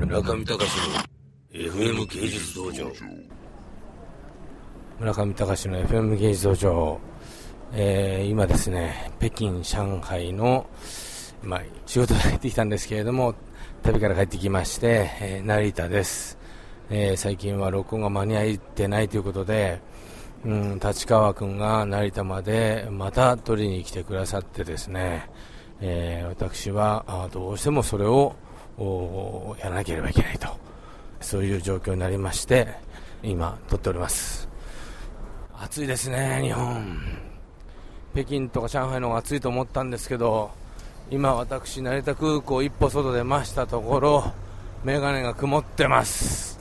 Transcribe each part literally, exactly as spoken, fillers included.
村上隆の エフエム 芸術道場。村上隆の エフエム 芸術道場、えー、今ですね、北京、上海の、まあ、仕事で帰ってきたんですけれども、旅から帰ってきまして、えー、成田です、えー、最近は録音が間に合ってないということで、うん、立川君が成田までまた取りに来てくださってですね、えー、私はあどうしてもそれをやらなければいけないと、そういう状況になりまして、今撮っております。暑いですね、日本。北京とか上海の方が暑いと思ったんですけど、今私成田空港一歩外出ましたところ、メガネが曇ってます。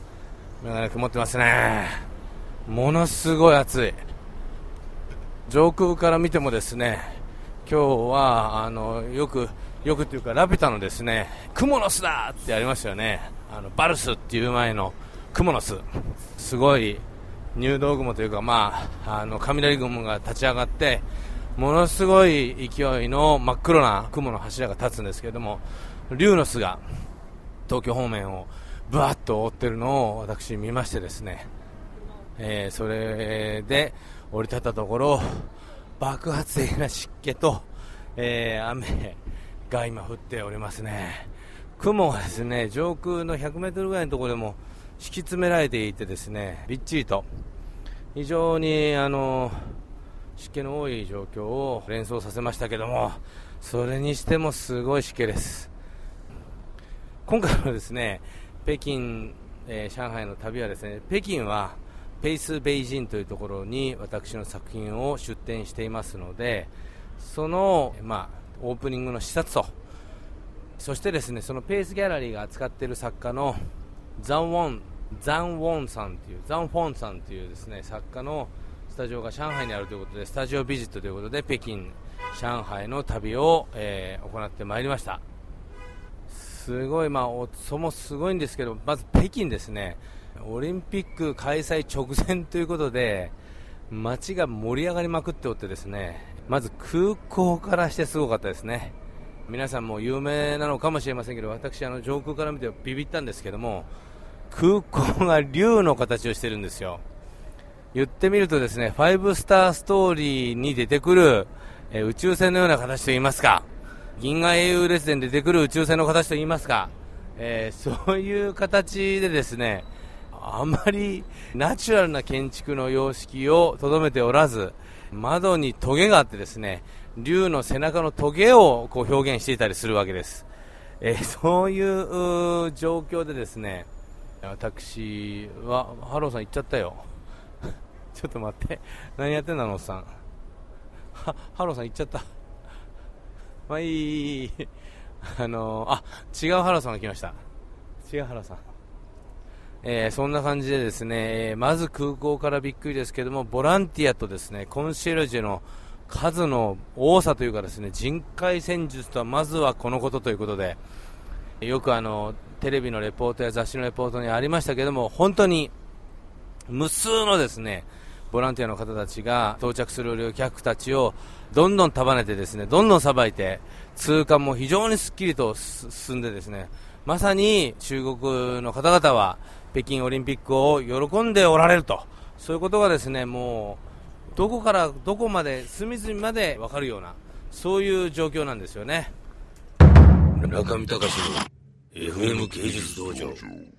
メガネ曇ってますね。ものすごい暑い。上空から見てもですね、今日はあのよくよくというかラピュタのですね、クモの巣だってありましたよね。あのバルスっていう前のクモの巣、すごい入道雲というか、まあ、あの雷雲が立ち上がって、ものすごい勢いの真っ黒な雲の柱が立つんですけれども、竜の巣が東京方面をブワッと覆ってるのを私見ましてですね、えー、それで降り立ったところ、爆発的な湿気と、えー、雨が今降っておりますね。雲がですね、上空のひゃくメートルぐらいのところでも敷き詰められていてですね、びっちりと非常にあの湿気の多い状況を連想させましたけども、それにしてもすごい湿気です。今回のですね、北京、えー、上海の旅はですね、北京はペイス・ベイジンというところに私の作品を出展していますので、その、まあ、オープニングの視察と、そしてですね、そのペイスギャラリーが扱っている作家のザン・ウォン、ザン・ウォンさんという、ザン・フォンさんというですね、作家のスタジオが上海にあるということで、スタジオビジットということで、北京、上海の旅を、えー、行ってまいりました。すごい、まあ、おそもすごいんですけど、まず北京ですね、オリンピック開催直前ということで、街が盛り上がりまくっておってですね、まず空港からしてすごかったですね。皆さんも有名なのかもしれませんけど、私あの上空から見てビビったんですけども、空港が竜の形をしてるんですよ。言ってみるとですね、ファイブスターストーリーに出てくる、えー、宇宙船のような形といいますか、銀河英雄列伝に出てくる宇宙船の形といいますか、えー、そういう形でですね、あまりナチュラルな建築の様式をとどめておらず、窓にトゲがあってですね、竜の背中のトゲをこう表現していたりするわけです。えー、そういう状況でですね、私はハローさん行っちゃったよちょっと待って、何やってんだあのおっさん。はハローさん行っちゃった。まあいいあのー、あ、違うハローさんが来ました。違うハローさん、えー、そんな感じでですね、まず空港からびっくりですけども、ボランティアとですね、コンシェルジュの数の多さというかですね、人海戦術とはまずはこのことということで、よくあのテレビのレポートや雑誌のレポートにありましたけども、本当に無数のですね、ボランティアの方たちが到着する旅客たちをどんどん束ねてですね、どんどんさばいて、通関も非常にすっきりと進んでですね、まさに中国の方々は北京オリンピックを喜んでおられると、そういうことがですね、もうどこからどこまで隅々まで分かるような、そういう状況なんですよね。 村上隆の エフエム 芸術道場。